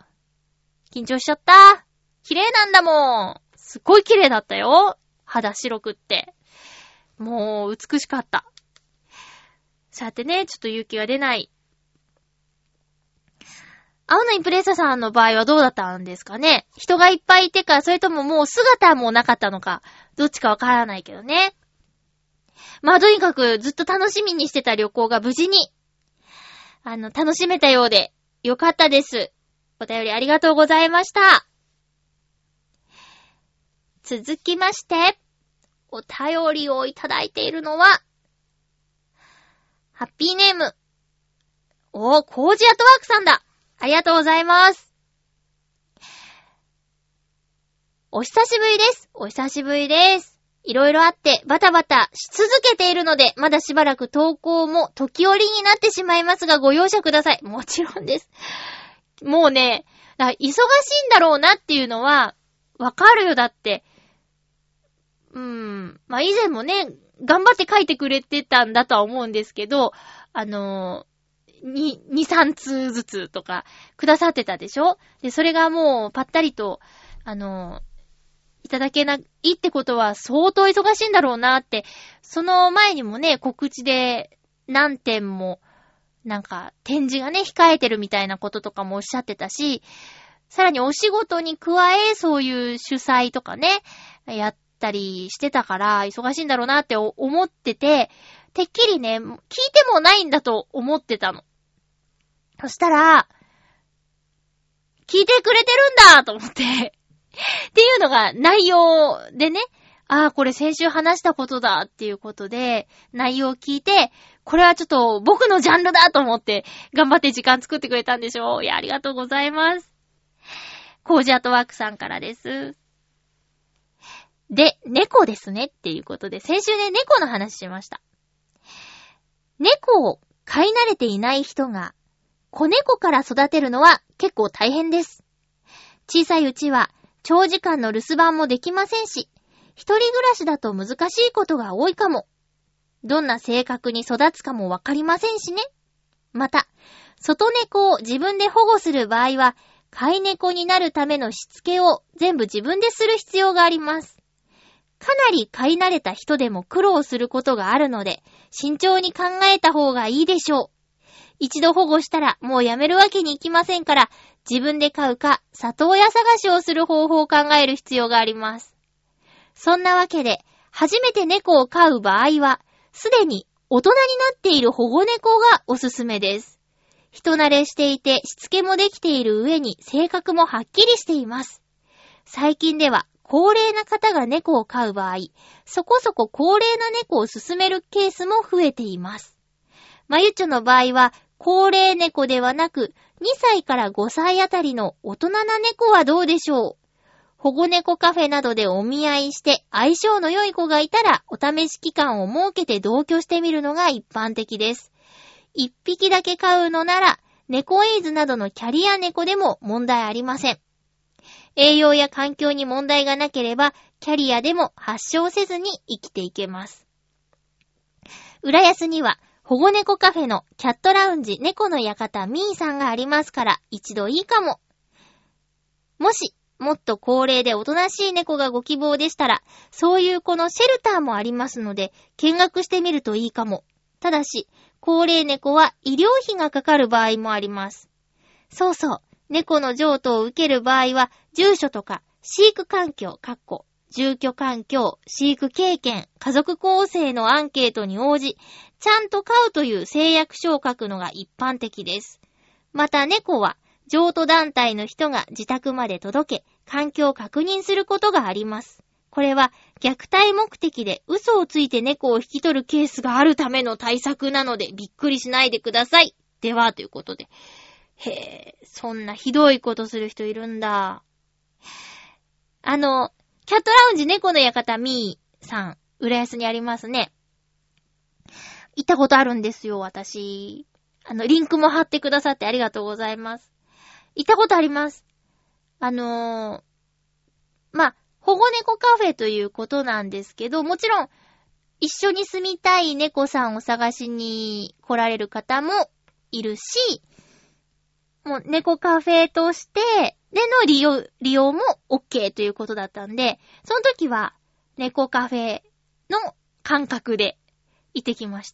緊張しちゃった。綺麗なんだもん。すっごい綺麗だったよ。肌白くって。もう美しかった。さてね、ちょっと勇気が出ない。青のインプレッサさんの場合はどうだったんですかね。人がいっぱいいてか、それとももう姿もなかったのか、どっちかわからないけどね。まあとにかくずっと楽しみにしてた旅行が無事に、あの、楽しめたようでよかったです。お便りありがとうございました。続きまして、お便りをいただいているのは、ハッピーネーム。おー、コージアットワークさんだ。ありがとうございます。お久しぶりです。お久しぶりです。 いろいろあってバタバタし続けているので、まだしばらく投稿も時折になってしまいますがご容赦ください。もちろんです。もうね、だから忙しいんだろうなっていうのはわかるよ。だって。うーん。まあ以前もね、頑張って書いてくれてたんだとは思うんですけど、あのー、に、に、さんつうずつとかくださってたでしょ？で、それがもうパッタリと、あのー、いただけないってことは相当忙しいんだろうなって、その前にもね、告知で何点も、なんか展示がね、控えてるみたいなこととかもおっしゃってたし、さらにお仕事に加え、そういう主催とかね、やったりしてたから、忙しいんだろうなって思ってて、てっきりね、聞いてもないんだと思ってたの。そしたら、聞いてくれてるんだと思って。っていうのが内容でね、ああ、これ先週話したことだっていうことで、内容を聞いて、これはちょっと僕のジャンルだと思って、頑張って時間作ってくれたんでしょう。いや、ありがとうございます。コージアートワークさんからです。で、猫ですねっていうことで、先週ね、猫の話しました。猫を飼い慣れていない人が、子猫から育てるのは結構大変です。小さいうちは、長時間の留守番もできませんし、一人暮らしだと難しいことが多いかも。どんな性格に育つかもわかりませんしね。また、外猫を自分で保護する場合は、飼い猫になるためのしつけを全部自分でする必要があります。かなり飼い慣れた人でも苦労することがあるので、慎重に考えた方がいいでしょう。一度保護したらもうやめるわけにいきませんから、自分で飼うか里親探しをする方法を考える必要があります。そんなわけで、初めて猫を飼う場合は、すでに大人になっている保護猫がおすすめです。人慣れしていてしつけもできている上に性格もはっきりしています。最近では高齢な方が猫を飼う場合、そこそこ高齢な猫を勧めるケースも増えています。まゆちょの場合は高齢猫ではなくにさいからごさいあたりの大人な猫はどうでしょう。保護猫カフェなどでお見合いして相性の良い子がいたらお試し期間を設けて同居してみるのが一般的です。一匹だけ飼うのなら猫エイズなどのキャリア猫でも問題ありません。栄養や環境に問題がなければキャリアでも発症せずに生きていけます。浦安には保護猫カフェのキャットラウンジ猫の館ミーさんがありますから一度いいかも。もしもっと高齢でおとなしい猫がご希望でしたら、そういう子のシェルターもありますので見学してみるといいかも。ただし高齢猫は医療費がかかる場合もあります。そうそう、猫の譲渡を受ける場合は住所とか飼育環境、かっこ住居環境、飼育経験、家族構成のアンケートに応じ、ちゃんと飼うという誓約書を書くのが一般的です。また猫は譲渡団体の人が自宅まで届け、環境を確認することがあります。これは虐待目的で嘘をついて猫を引き取るケースがあるための対策なのでびっくりしないでください。では、ということで。へぇ、そんなひどいことする人いるんだ。あの、キャットラウンジ猫の館みーさん、浦安にありますね。行ったことあるんですよ、私。あの、リンクも貼ってくださってありがとうございます。行ったことあります。あのー、まあ、保護猫カフェということなんですけど、もちろん、一緒に住みたい猫さんを探しに来られる方もいるし、もう猫カフェとしてでの利用、利用も OK ということだったんで、その時は猫カフェの感覚で行ってきました。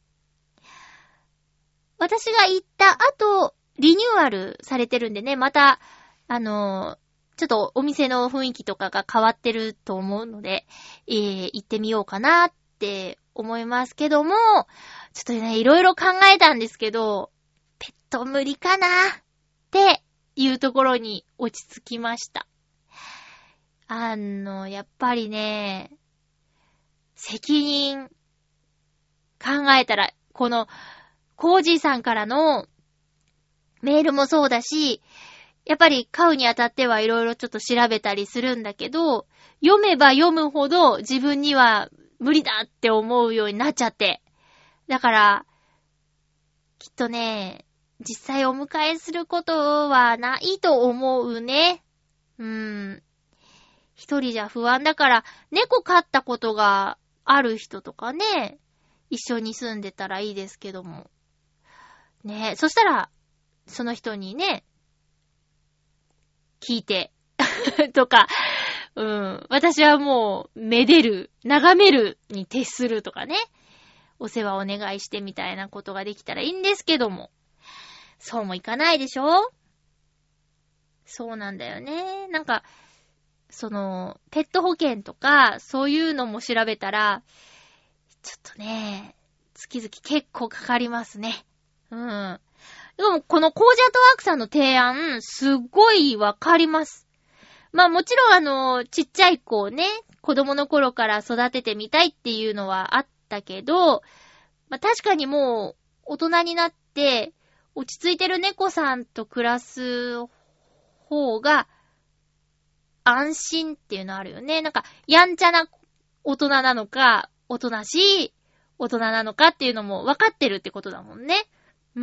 私が行った後、リニューアルされてるんでね、また、あのー、ちょっとお店の雰囲気とかが変わってると思うので、えー、行ってみようかなって思いますけども、ちょっとね、いろいろ考えたんですけど、ペット無理かなっていうところに落ち着きました。あの、やっぱりね、責任考えたら、この、コージーさんからのメールもそうだし、 やっぱり飼うにあたってはいろいろちょっと調べたりするんだけど、読めば読むほど自分には無理だって思うようになっちゃって。だから、きっとね、実際お迎えすることはないと思うね。うーん。一人じゃ不安だから、猫飼ったことがある人とかね、一緒に住んでたらいいですけども。ね、そしたら、その人にね、聞いて、とか、うん、私はもう、めでる、眺めるに徹するとかね、お世話お願いしてみたいなことができたらいいんですけども、そうもいかないでしょ？そうなんだよね。なんか、その、ペット保険とか、そういうのも調べたら、ちょっとね、月々結構かかりますね。うん。でも、このコージアートワークさんの提案、すっごいわかります。まあもちろんあの、ちっちゃい子をね、子供の頃から育ててみたいっていうのはあったけど、まあ確かにもう、大人になって、落ち着いてる猫さんと暮らす方が、安心っていうのあるよね。なんか、やんちゃな大人なのか、おとなしい大人なのかっていうのも分かってるってことだもんね。うん、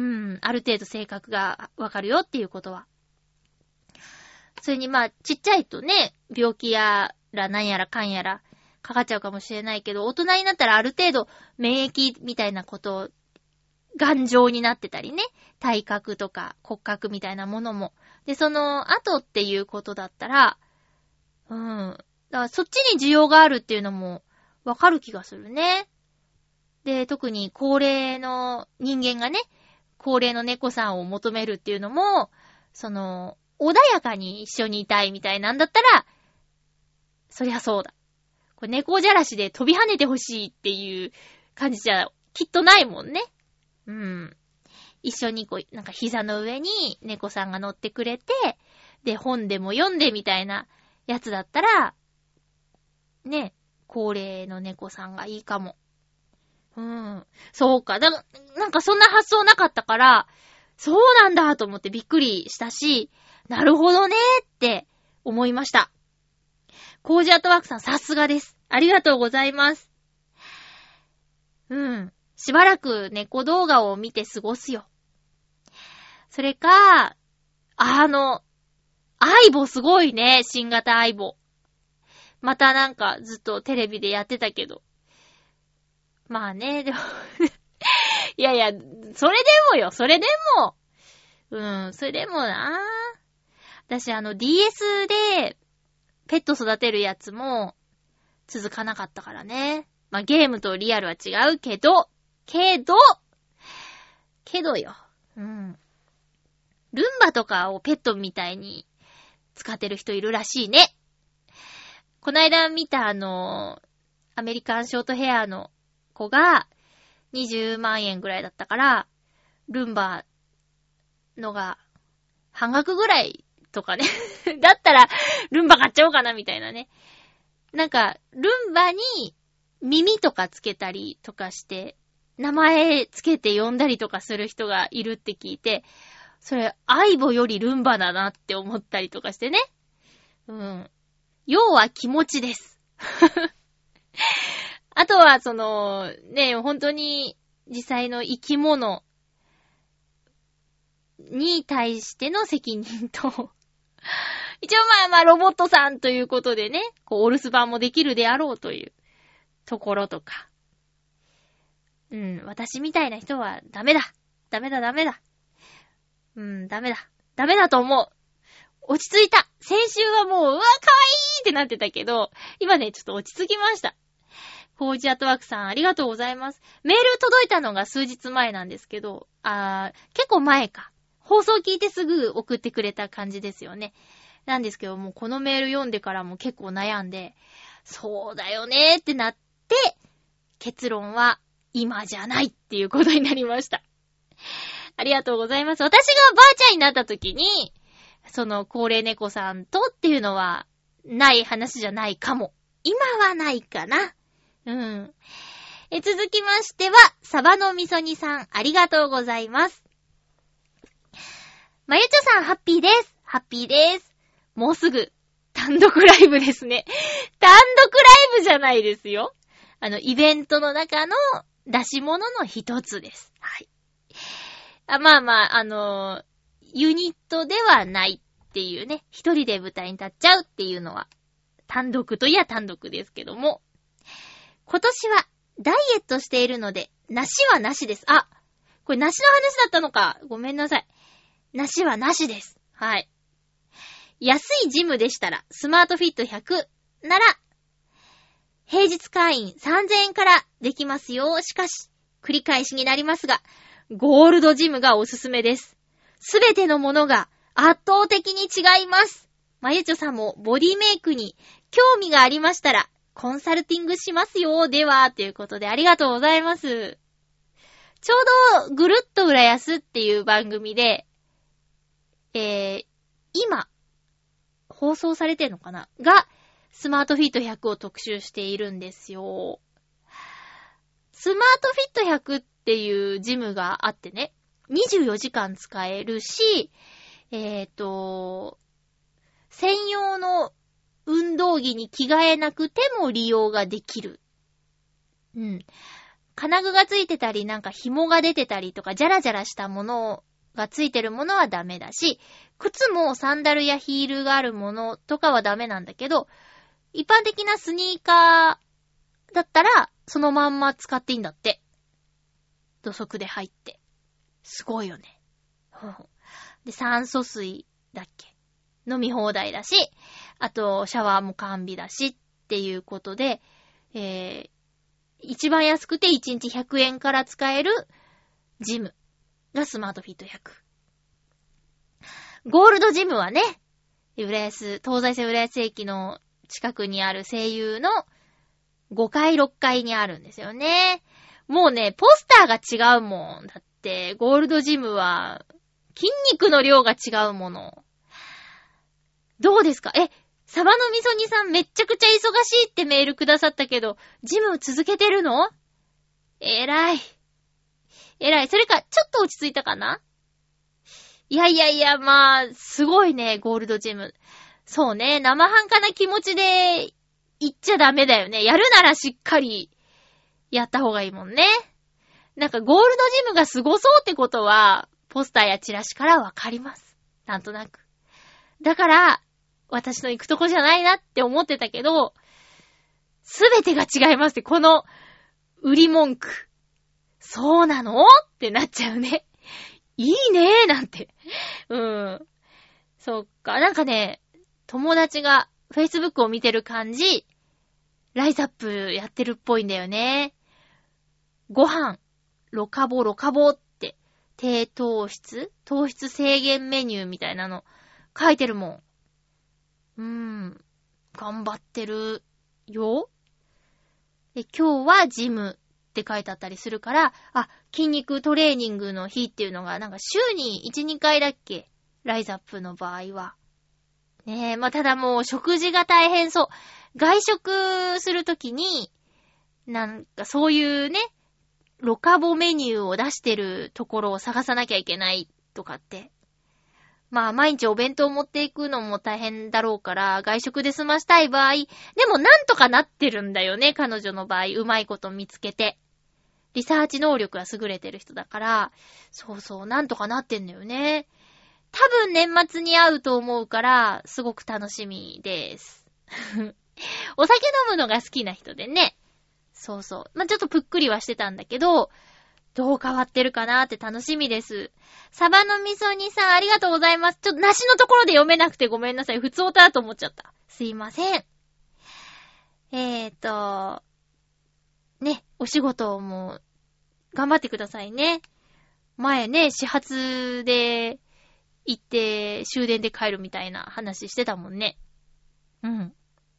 ある程度性格が分かるよっていうことは。それにまあ、ちっちゃいとね、病気やらなんやらかんやらかかっちゃうかもしれないけど、大人になったらある程度免疫みたいなこと頑丈になってたりね、体格とか骨格みたいなものも。で、その後っていうことだったら、うん。だからそっちに需要があるっていうのもわかる気がするね。で、特に高齢の人間がね、高齢の猫さんを求めるっていうのも、その、穏やかに一緒にいたいみたいなんだったら、そりゃそうだ。これ猫じゃらしで飛び跳ねてほしいっていう感じじゃきっとないもんね。うん。一緒にこう、なんか膝の上に猫さんが乗ってくれて、で、本でも読んでみたいなやつだったら、ね、高齢の猫さんがいいかも。うん。そうか。だ、なんかそんな発想なかったから、そうなんだと思ってびっくりしたし、なるほどねーって思いました。コージアートワークさんさすがです。ありがとうございます。うん。しばらく猫動画を見て過ごすよ。それか、あの、アイボすごいね、新型アイボ。またなんかずっとテレビでやってたけど。まあね、でも、いやいや、それでもよ、それでも。うん、それでもな。私あの ディーエス でペット育てるやつも続かなかったからね。まあゲームとリアルは違うけど、けど、けどよ。うん。ルンバとかをペットみたいに使ってる人いるらしいね。こないだ見たあの、アメリカンショートヘアの子がにじゅうまんえんぐらいだったから、ルンバのが半額ぐらいとかね。だったら、ルンバ買っちゃおうかなみたいなね。なんか、ルンバに耳とかつけたりとかして、名前つけて呼んだりとかする人がいるって聞いて、それ、アイボよりルンバだなって思ったりとかしてね。うん。要は気持ちです。あとは、その、ね、本当に実際の生き物に対しての責任と、一応まあまあロボットさんということでね、こうお留守番もできるであろうというところとか。うん、私みたいな人はダメだ。ダメだダメだ。うん、ダメだ。ダメだと思う。落ち着いた。先週はもう、うわ、かわいいってなってたけど、今ね、ちょっと落ち着きました。コージアットワークさんありがとうございます。メール届いたのが数日前なんですけど、あー、結構前か。放送聞いてすぐ送ってくれた感じですよね。なんですけど、もうこのメール読んでからも結構悩んで、そうだよねってなって、結論は今じゃないっていうことになりました。ありがとうございます。私がばあちゃんになった時に、その高齢猫さんとっていうのはない話じゃないかも。今はないかな。うん。え、続きましては、サバのみそ煮さん、ありがとうございます。まゆちょさん、ハッピーです。 ハッピーです。もうすぐ、単独ライブですね。単独ライブじゃないですよ。あの、イベントの中の出し物の一つです。はい。あ、まあまあ、あのー、ユニットではないっていうね、一人で舞台に立っちゃうっていうのは、単独といや単独ですけども、今年はダイエットしているので、なしはなしです。あ、これなしの話だったのか。ごめんなさい。なしはなしです。はい。安いジムでしたら、スマートフィットひゃくなら、平日会員さんぜんえんからできますよ。しかし、繰り返しになりますが、ゴールドジムがおすすめです。すべてのものが圧倒的に違います。まゆちょさんもボディメイクに興味がありましたら、コンサルティングしますよ。では、ということでありがとうございます。ちょうど、ぐるっと浦安っていう番組で、えー、今、放送されてんのかなが、スマートフィットひゃくを特集しているんですよ。スマートフィットひゃくっていうジムがあってね、にじゅうよじかん使えるし、えっと、専用の運動着に着替えなくても利用ができる。うん。金具がついてたり、なんか紐が出てたりとか、ジャラジャラしたものがついてるものはダメだし、靴もサンダルやヒールがあるものとかはダメなんだけど、一般的なスニーカーだったら、そのまんま使っていいんだって。土足で入って。すごいよね。で、酸素水だっけ？飲み放題だし、あと、シャワーも完備だしっていうことで、えー、一番安くていちにちひゃくえんから使えるジムがスマートフィットひゃく。ゴールドジムはね、浦安、東西線浦安駅の近くにある声優のごかいろっかいにあるんですよね。もうね、ポスターが違うもん。だって、ゴールドジムは筋肉の量が違うもの。どうですか？え、サバのみそ煮さんめっちゃくちゃ忙しいってメールくださったけど、ジム続けてるの？えらい。えらい。それか、ちょっと落ち着いたかな？いやいやいや、まあ、すごいね、ゴールドジム。そうね、生半可な気持ちで行っちゃダメだよね。やるならしっかりやった方がいいもんね。なんかゴールドジムがすごそうってことは、ポスターやチラシからわかります。なんとなく。だから、私の行くとこじゃないなって思ってたけど、すべてが違いますって、この売り文句。そうなの？ってなっちゃうね。いいねーなんて。うん。そっか。なんかね、友達が Facebook を見てる感じ、ライズアップやってるっぽいんだよね。ご飯、ロカボロカボって、低糖質？糖質制限メニューみたいなの書いてるもん。うーん。頑張ってるよ。で、今日はジムって書いてあったりするから、あ、筋肉トレーニングの日っていうのが、なんか週にいち、にかいだっけ？ライズアップの場合は。ねえ、まあ、ただもう食事が大変そう。外食するときに、なんかそういうね、ロカボメニューを出してるところを探さなきゃいけないとかって。まあ毎日お弁当を持っていくのも大変だろうから、外食で済ましたい場合、でもなんとかなってるんだよね、彼女の場合。うまいこと見つけて。リサーチ能力が優れてる人だから、そうそう、なんとかなってんのよね。多分年末に会うと思うから、すごく楽しみです。お酒飲むのが好きな人でね。そうそう。まあ、ちょっとぷっくりはしてたんだけど、どう変わってるかなって楽しみです。サバの味噌煮さんありがとうございます。ちょっと梨のところで読めなくてごめんなさい。普通歌だと思っちゃった。すいません。えーと、ね、お仕事も頑張ってくださいね。前ね、始発で行って終電で帰るみたいな話してたもんね。うん。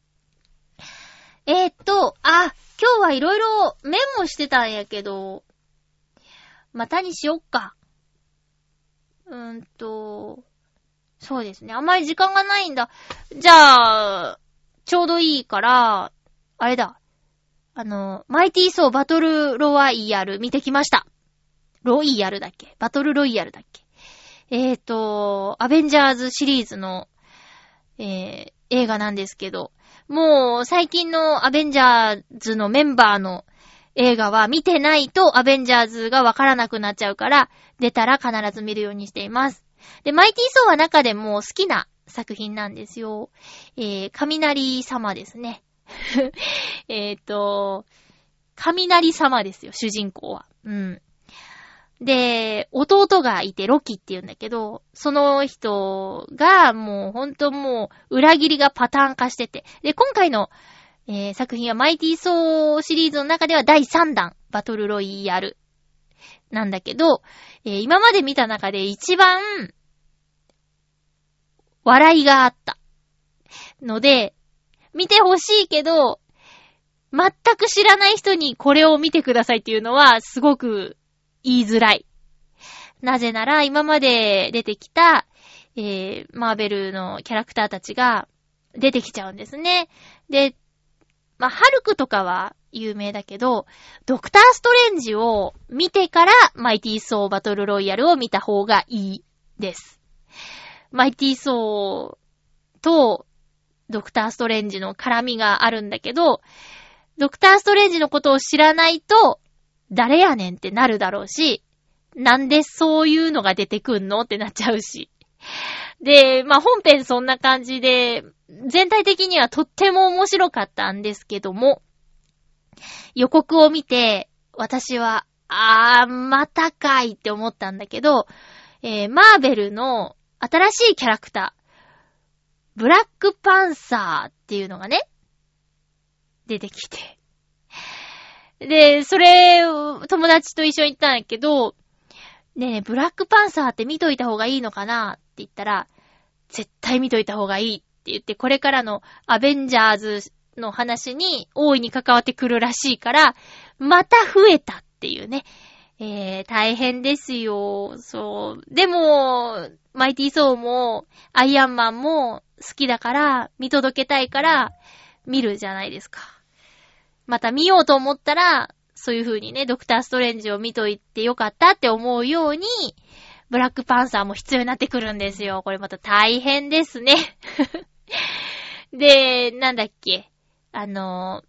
えーっと、あ、今日はいろいろメモしてたんやけど、またにしよっか。うーんと、そうですね。あんまり時間がないんだ。じゃあ、ちょうどいいから、あれだ。あの、マイティーソーバトルロワイヤル見てきました。ロイヤルだっけ？バトルロイヤルだっけ？ えーと、アベンジャーズシリーズの、えー、映画なんですけど、もう最近のアベンジャーズのメンバーの映画は見てないとアベンジャーズがわからなくなっちゃうから、出たら必ず見るようにしています。で、マイティーソーは中でも好きな作品なんですよ。えー、雷様ですね。えっと、雷様ですよ、主人公は。うん。で、弟がいてロキって言うんだけど、その人がもうほんともう裏切りがパターン化してて。で、今回の、えー、作品はマイティーソーシリーズの中ではだいさんだんバトルロイヤルなんだけど、えー、今まで見た中で一番笑いがあったので、見てほしいけど、全く知らない人にこれを見てくださいっていうのはすごく言いづらい。なぜなら今まで出てきた、えー、マーベルのキャラクターたちが出てきちゃうんですね。で、まあ、ハルクとかは有名だけど、ドクターストレンジを見てからマイティーソーバトルロイヤルを見た方がいいです。マイティーソーとドクターストレンジの絡みがあるんだけど、ドクターストレンジのことを知らないと、誰やねんってなるだろうし、なんでそういうのが出てくんのってなっちゃうし。で、まあ、本編そんな感じで、全体的にはとっても面白かったんですけども、予告を見て、私は、あー、またかいって思ったんだけど、えー、マーベルの新しいキャラクター、ブラックパンサーっていうのがね、出てきて。で、それ、友達と一緒に行ったんだけど、ねえねえ、ブラックパンサーって見といた方がいいのかなって言ったら、絶対見といた方がいいって言って、これからのアベンジャーズの話に大いに関わってくるらしいから、また増えたっていうね。えー、大変ですよ。そう。でも、マイティーソーも、アイアンマンも好きだから、見届けたいから、見るじゃないですか。また見ようと思ったら、そういう風にね、ドクターストレンジを見といてよかったって思うように、ブラックパンサーも必要になってくるんですよ。これまた大変ですね。で、なんだっけ。あの、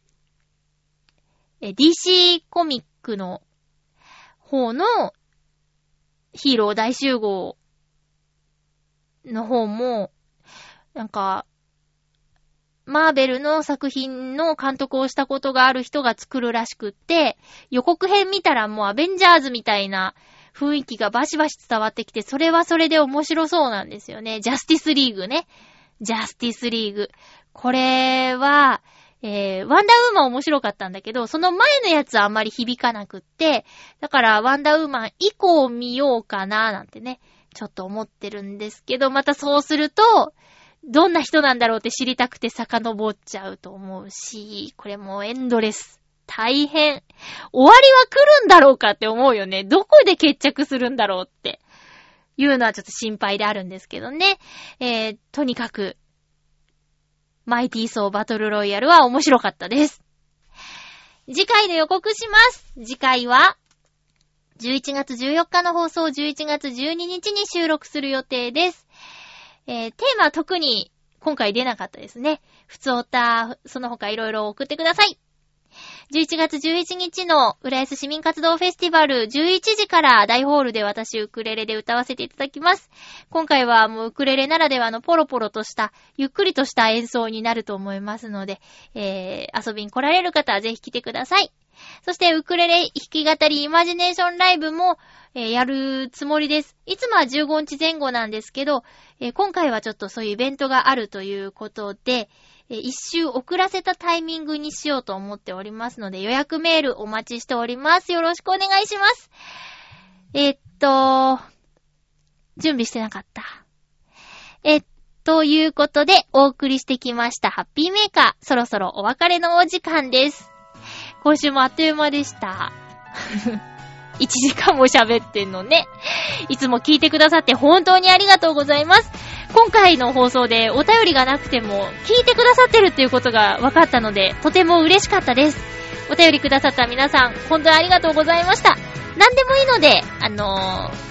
え、ディーシー コミックの方のヒーロー大集合の方も、なんか、マーベルの作品の監督をしたことがある人が作るらしくって、予告編見たらもうアベンジャーズみたいな雰囲気がバシバシ伝わってきて、それはそれで面白そうなんですよね。ジャスティスリーグね。ジャスティスリーグ。これは、えー、ワンダーウーマン面白かったんだけど、その前のやつはあんまり響かなくって、だからワンダーウーマン以降見ようかななんてね、ちょっと思ってるんですけど、またそうすると、どんな人なんだろうって知りたくて遡っちゃうと思うし、これもうエンドレス。大変。終わりは来るんだろうかって思うよね。どこで決着するんだろうっていうのはちょっと心配であるんですけどね。えー、とにかく、マイティーソーバトルロイヤルは面白かったです。次回の予告します。次回は、じゅういちがつじゅうよっかの放送、じゅういちがつじゅうににちに収録する予定です。えー、テーマは特に今回出なかったですね。ふつおた、その他いろいろ送ってください。じゅういちがつじゅういちにちの浦安市民活動フェスティバルじゅういちじから大ホールで私ウクレレで歌わせていただきます。今回はもうウクレレならではのポロポロとしたゆっくりとした演奏になると思いますので、えー、遊びに来られる方はぜひ来てください。そしてウクレレ弾き語りイマジネーションライブも、えー、やるつもりです。いつもはじゅうごにちぜん後なんですけど、えー、今回はちょっとそういうイベントがあるということで、えー、一周遅らせたタイミングにしようと思っておりますので、予約メールお待ちしております。よろしくお願いします。えー、っと、準備してなかった。えー、ということでお送りしてきましたハッピーメーカー、そろそろお別れのお時間です。今週もあっという間でした。いちじかんも喋ってんのね。いつも聞いてくださって本当にありがとうございます。今回の放送でお便りがなくても聞いてくださってるっていうことが分かったので、とても嬉しかったです。お便りくださった皆さん、本当にありがとうございました。何でもいいので、あのー、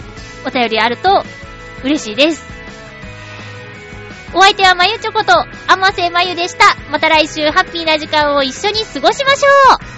お便りあると嬉しいです。お相手はまゆちょこと、あませまゆでした。また来週ハッピーな時間を一緒に過ごしましょう。